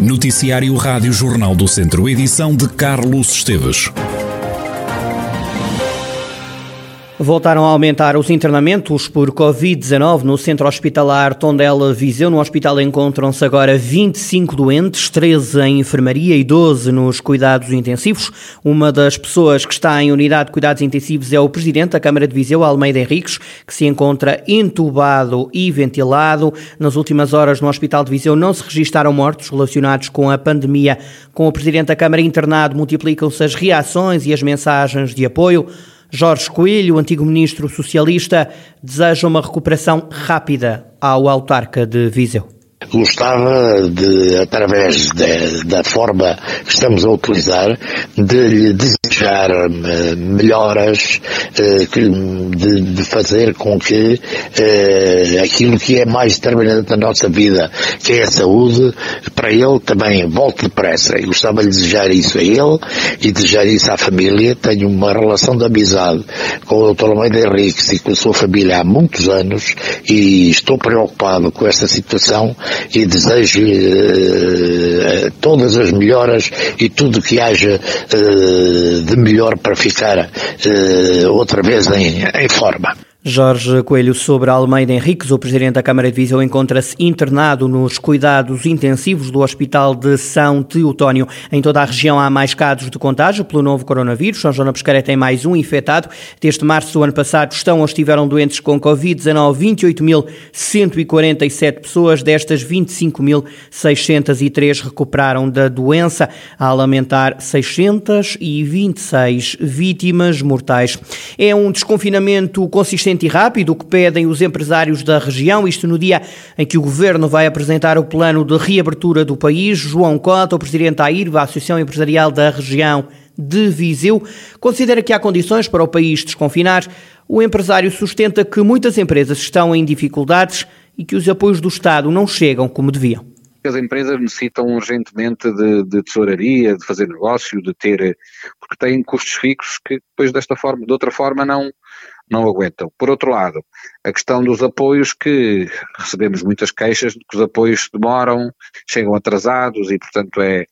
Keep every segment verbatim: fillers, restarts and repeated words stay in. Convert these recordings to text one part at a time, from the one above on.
Noticiário Rádio Jornal do Centro, edição de Carlos Esteves. Voltaram a aumentar os internamentos por covid dezanove no Centro Hospitalar Tondela Viseu. No hospital encontram-se agora vinte e cinco doentes, treze em enfermaria e doze nos cuidados intensivos. Uma das pessoas que está em unidade de cuidados intensivos é o Presidente da Câmara de Viseu, Almeida Henriques, que se encontra entubado e ventilado. Nas últimas horas no Hospital de Viseu não se registaram mortos relacionados com a pandemia. Com o Presidente da Câmara internado, multiplicam-se as reações e as mensagens de apoio. Jorge Coelho, antigo ministro socialista, deseja uma recuperação rápida ao autarca de Viseu. Gostava de, através de, da forma que estamos a utilizar, de lhe desejar uh, melhoras, uh, de, de fazer com que uh, aquilo que é mais determinante da nossa vida, que é a saúde, para ele também volte depressa. Eu gostava de desejar isso a ele e desejar isso à família. Tenho uma relação de amizade com o doutor Almeida Henriques e com a sua família há muitos anos e estou preocupado com esta situação e desejo-lhe uh, todas as melhoras e tudo que haja uh, de melhor para ficar uh, outra vez em, em forma. Jorge Coelho sobre Almeida Henriques. O Presidente da Câmara de Viseu encontra-se internado nos cuidados intensivos do Hospital de São Teotónio. Em toda a região há mais casos de contágio pelo novo coronavírus. São João da Pesqueira tem mais um infectado. Desde março do ano passado estão ou estiveram doentes com covid dezanove vinte e oito mil cento e quarenta e sete pessoas. Destas, vinte e cinco mil seiscentos e três recuperaram da doença, a lamentar seiscentos e vinte e seis vítimas mortais. É um desconfinamento consistente e rápido que pedem os empresários da região, isto no dia em que o Governo vai apresentar o plano de reabertura do país. João Cota, o Presidente da A I R V, a Associação Empresarial da Região de Viseu, considera que há condições para o país desconfinar. O empresário sustenta que muitas empresas estão em dificuldades e que os apoios do Estado não chegam como deviam. As empresas necessitam urgentemente de, de tesouraria, de fazer negócio, de ter, porque têm custos fixos que depois desta forma, de outra forma não, não aguentam. Por outro lado, a questão dos apoios, que recebemos muitas queixas de que os apoios demoram, chegam atrasados e portanto é,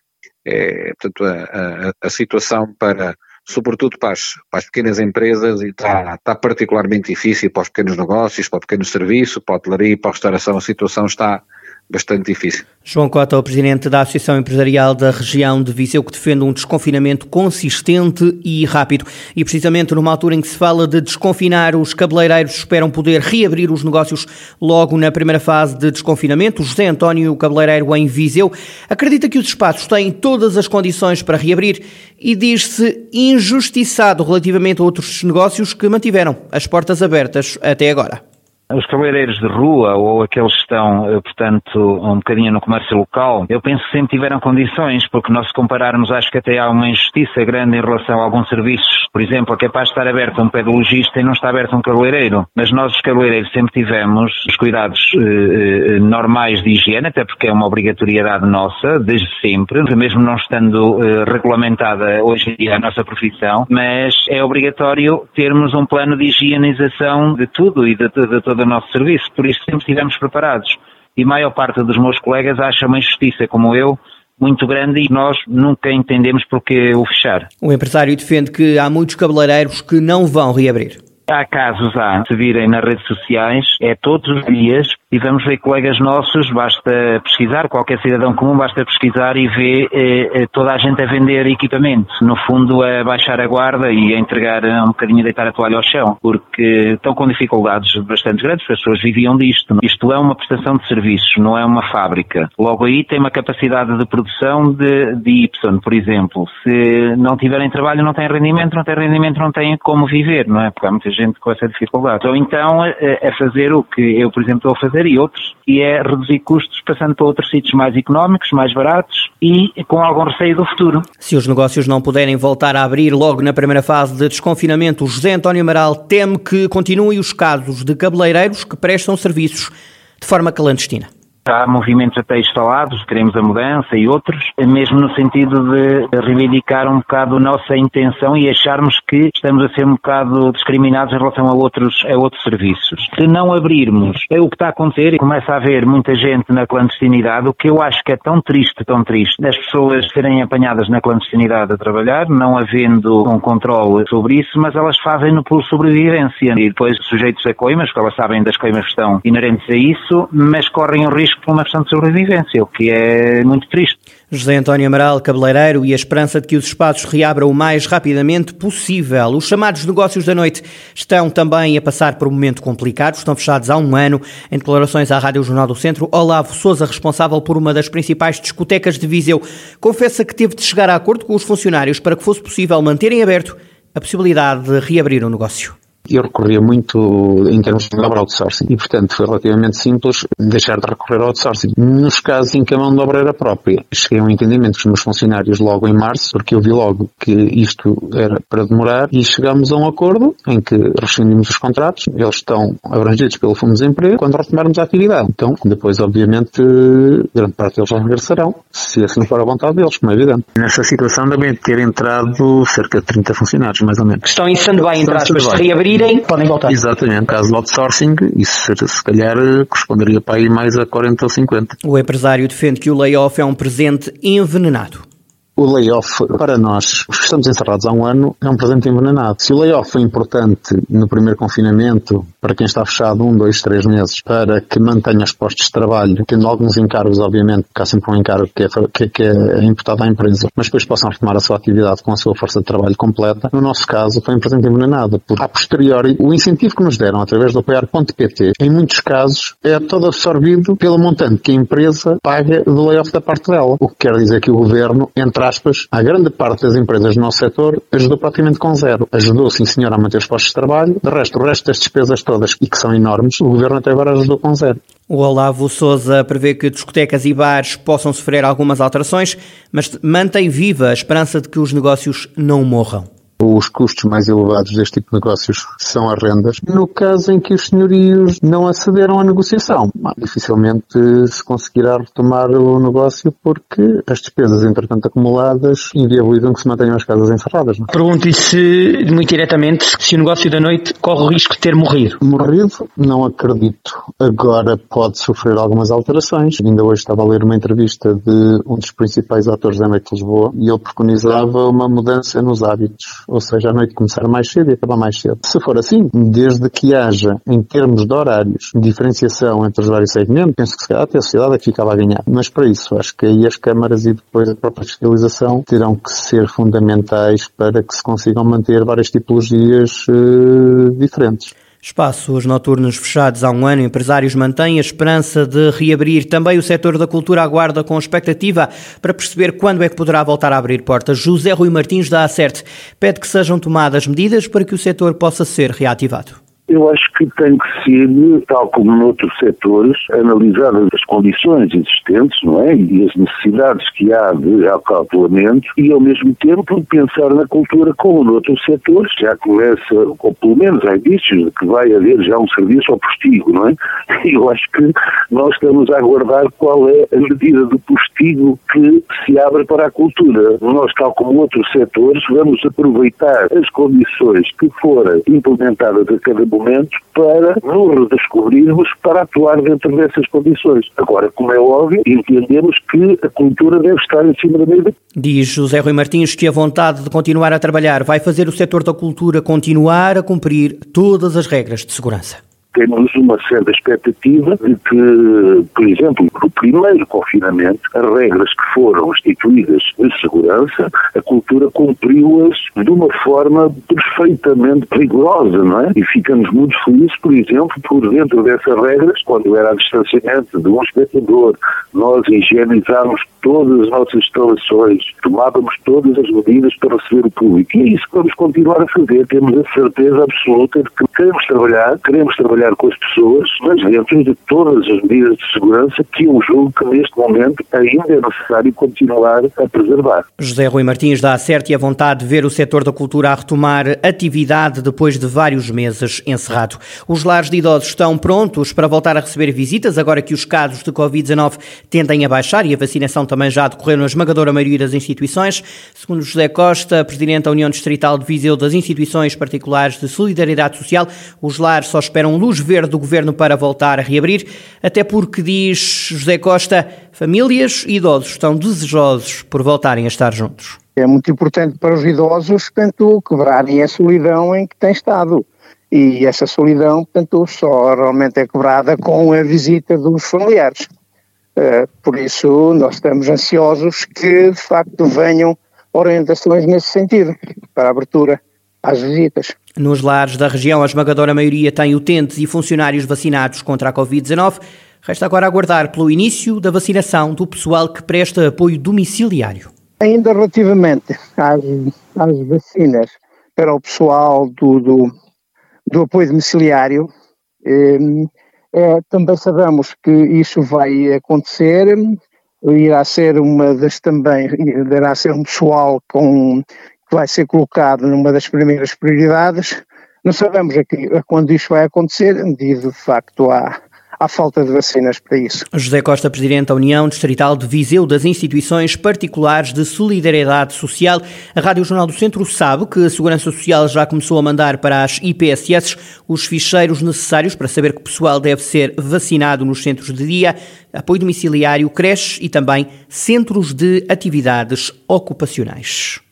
é portanto, a, a, a situação para, sobretudo para as, para as pequenas empresas, está, está particularmente difícil para os pequenos negócios, para o pequeno serviço, para a hotelaria, para a restauração, a situação está bastante difícil. João Cota, o Presidente da Associação Empresarial da Região de Viseu, que defende um desconfinamento consistente e rápido. E precisamente numa altura em que se fala de desconfinar, os cabeleireiros esperam poder reabrir os negócios logo na primeira fase de desconfinamento. O José António, o cabeleireiro em Viseu, acredita que os espaços têm todas as condições para reabrir e diz-se injustiçado relativamente a outros negócios que mantiveram as portas abertas até agora. Os cabeleireiros de rua ou aqueles que estão, portanto, um bocadinho no comércio local, eu penso que sempre tiveram condições, porque nós se compararmos, acho que até há uma injustiça grande em relação a alguns serviços. Por exemplo, é capaz de estar aberto um pedologista e não está aberto um cabeleireiro. Mas nós, os cabeleireiros, sempre tivemos os cuidados eh, normais de higiene, até porque é uma obrigatoriedade nossa, desde sempre, mesmo não estando eh, regulamentada hoje em dia a nossa profissão, mas é obrigatório termos um plano de higienização de tudo e de, de, de todo o nosso serviço, por isso sempre estivemos preparados. E a maior parte dos meus colegas acha uma injustiça, como eu, muito grande e nós nunca entendemos porque o fechar. O empresário defende que há muitos cabeleireiros que não vão reabrir. Há casos, há, se virem nas redes sociais, é todos os dias, e vamos ver colegas nossos, basta pesquisar, qualquer cidadão comum basta pesquisar e ver eh, toda a gente a vender equipamento, no fundo a baixar a guarda e a entregar um bocadinho, a deitar a toalha ao chão, porque estão com dificuldades bastante grandes, as pessoas viviam disto. Isto é uma prestação de serviços, não é uma fábrica. Logo aí tem uma capacidade de produção de, de Y, por exemplo. Se não tiverem trabalho, não têm rendimento, não têm rendimento, não têm como viver, não é? Porque há muita gente com essa dificuldade. Ou então a, a fazer o que eu, por exemplo, estou a fazer e outros, que é reduzir custos passando para outros sítios mais económicos, mais baratos e com algum receio do futuro. Se os negócios não puderem voltar a abrir logo na primeira fase de desconfinamento, o José António Amaral teme que continuem os casos de cabeleireiros que prestam serviços de forma clandestina. Há movimentos até instalados, queremos a mudança e outros, mesmo no sentido de reivindicar um bocado a nossa intenção e acharmos que estamos a ser um bocado discriminados em relação a outros, a outros serviços. Se não abrirmos, é o que está a acontecer, começa a haver muita gente na clandestinidade, o que eu acho que é tão triste, tão triste, das pessoas serem apanhadas na clandestinidade a trabalhar, não havendo um controle sobre isso, mas elas fazem-no por sobrevivência e depois sujeitos a coimas, porque elas sabem das coimas que estão inerentes a isso, mas correm o risco por uma questão de sobrevivência, o que é muito triste. José António Amaral, cabeleireiro, e a esperança de que os espaços reabram o mais rapidamente possível. Os chamados negócios da noite estão também a passar por um momento complicado, estão fechados há um ano. Em declarações à Rádio Jornal do Centro, Olavo Sousa, responsável por uma das principais discotecas de Viseu, confessa que teve de chegar a acordo com os funcionários para que fosse possível manterem aberto a possibilidade de reabrir o negócio. Eu recorria muito em termos de obra outsourcing e, portanto, foi relativamente simples deixar de recorrer ao outsourcing. Nos casos em que a mão de obra era própria, cheguei a um entendimento com os meus funcionários logo em março, porque eu vi logo que isto era para demorar e chegámos a um acordo em que rescindimos os contratos, eles estão abrangidos pelo Fundo de Desemprego, quando retomarmos a atividade. Então, depois, obviamente, grande parte deles regressarão, se assim for a vontade deles, como é evidente. Nessa situação devem ter entrado cerca de trinta funcionários, mais ou menos. Estão em stand-by, entre aspas, de reabrir. Podem voltar. Exatamente. No caso do outsourcing, isso se calhar corresponderia para aí mais a quarenta ou cinquenta. O empresário defende que o layoff é um presente envenenado. O layoff, para nós, os que estamos encerrados há um ano, é um presente envenenado. Se o layoff foi importante no primeiro confinamento, para quem está fechado um, dois, três meses, para que mantenha os postos de trabalho, tendo alguns encargos, obviamente, porque há sempre um encargo que é, que, que é imputado à empresa, mas depois possam retomar a sua atividade com a sua força de trabalho completa, no nosso caso foi um presente envenenado, porque, a posteriori, o incentivo que nos deram através do apoiar.pt, em muitos casos, é todo absorvido pelo montante que a empresa paga do layoff da parte dela. O que quer dizer que o governo, entre aspas, a grande parte das empresas do nosso setor ajudou praticamente com zero. Ajudou, sim senhor, a manter os postos de trabalho. De resto, o resto das despesas todas, e que são enormes, o governo até agora ajudou com zero. O Olavo Sousa prevê que discotecas e bares possam sofrer algumas alterações, mas mantém viva a esperança de que os negócios não morram. Os custos mais elevados deste tipo de negócios são as rendas. No caso em que os senhorios não acederam à negociação, dificilmente se conseguirá retomar o negócio porque as despesas, entretanto acumuladas, inviabilizam que se mantenham as casas encerradas. Pergunto-lhe se, muito diretamente, se o negócio da noite corre o risco de ter morrido. Morrido? Não acredito. Agora pode sofrer algumas alterações. Ainda hoje estava a ler uma entrevista de um dos principais atores da noite de Lisboa e ele preconizava uma mudança nos hábitos. Ou seja, a noite começar mais cedo e acabar mais cedo. Se for assim, desde que haja, em termos de horários, diferenciação entre os vários segmentos, penso que se calhar até a sociedade é que ficava a ganhar. Mas para isso, acho que aí as câmaras e depois a própria fiscalização terão que ser fundamentais para que se consigam manter várias tipologias uh, diferentes. Espaços noturnos fechados há um ano, empresários mantêm a esperança de reabrir. Também o setor da cultura aguarda com expectativa para perceber quando é que poderá voltar a abrir portas. José Rui Martins, da Acerte, pede que sejam tomadas medidas para que o setor possa ser reativado. Eu acho que tem que ser, tal como noutros setores, analisadas as condições existentes, não é? E as necessidades que há de acautelamento e, ao mesmo tempo, pensar na cultura como noutros setores. Já começa, ou pelo menos há indícios de que vai haver já um serviço ao postigo, não é? E eu acho que nós estamos a aguardar qual é a medida do postigo que se abre para a cultura. Nós, tal como outros setores, vamos aproveitar as condições que forem implementadas a cada momento para nos redescobrirmos para atuar dentro dessas condições. Agora, como é óbvio, entendemos que a cultura deve estar em cima da mesa. Diz José Rui Martins que a vontade de continuar a trabalhar vai fazer o setor da cultura continuar a cumprir todas as regras de segurança. Temos uma certa expectativa de que, por exemplo, no primeiro confinamento, as regras que foram instituídas de segurança, a cultura cumpriu-as de uma forma perfeitamente rigorosa, não é? E ficamos muito felizes, por exemplo, por dentro dessas regras, quando era a distanciamento de um espectador, nós higienizámos todas as nossas instalações, tomávamos todas as medidas para receber o público. E é isso que vamos continuar a fazer. Temos a certeza absoluta de que queremos trabalhar, queremos trabalhar com as pessoas, mas dentro de todas as medidas de segurança que eu julgo que neste momento ainda é necessário continuar a preservar. José Rui Martins dá certo e a vontade de ver o setor da cultura a retomar atividade depois de vários meses encerrado. Os lares de idosos estão prontos para voltar a receber visitas, agora que os casos de covid dezanove tendem a baixar e a vacinação também já decorreu na esmagadora maioria das instituições. Segundo José Costa, presidente da União Distrital de Viseu das Instituições Particulares de Solidariedade Social, os lares só esperam luz verde do Governo para voltar a reabrir, até porque, diz José Costa, famílias e idosos estão desejosos por voltarem a estar juntos. É muito importante para os idosos, portanto, quebrarem a solidão em que têm estado. E essa solidão, portanto, só realmente é quebrada com a visita dos familiares. Uh, por isso, nós estamos ansiosos que, de facto, venham orientações nesse sentido, para a abertura às visitas. Nos lares da região, a esmagadora maioria tem utentes e funcionários vacinados contra a covid dezanove. Resta agora aguardar pelo início da vacinação do pessoal que presta apoio domiciliário. Ainda relativamente às, às vacinas para o pessoal do, do, do apoio domiciliário, eh, é, também sabemos que isso vai acontecer, irá ser uma das também, irá ser um pessoal com, que vai ser colocado numa das primeiras prioridades. Não sabemos aqui quando isso vai acontecer, devido de facto à Há falta de vacinas para isso. José Costa, presidente da União Distrital de Viseu das Instituições Particulares de Solidariedade Social. A Rádio Jornal do Centro sabe que a Segurança Social já começou a mandar para as I P S S os ficheiros necessários para saber que o pessoal deve ser vacinado nos centros de dia, apoio domiciliário, creches e também centros de atividades ocupacionais.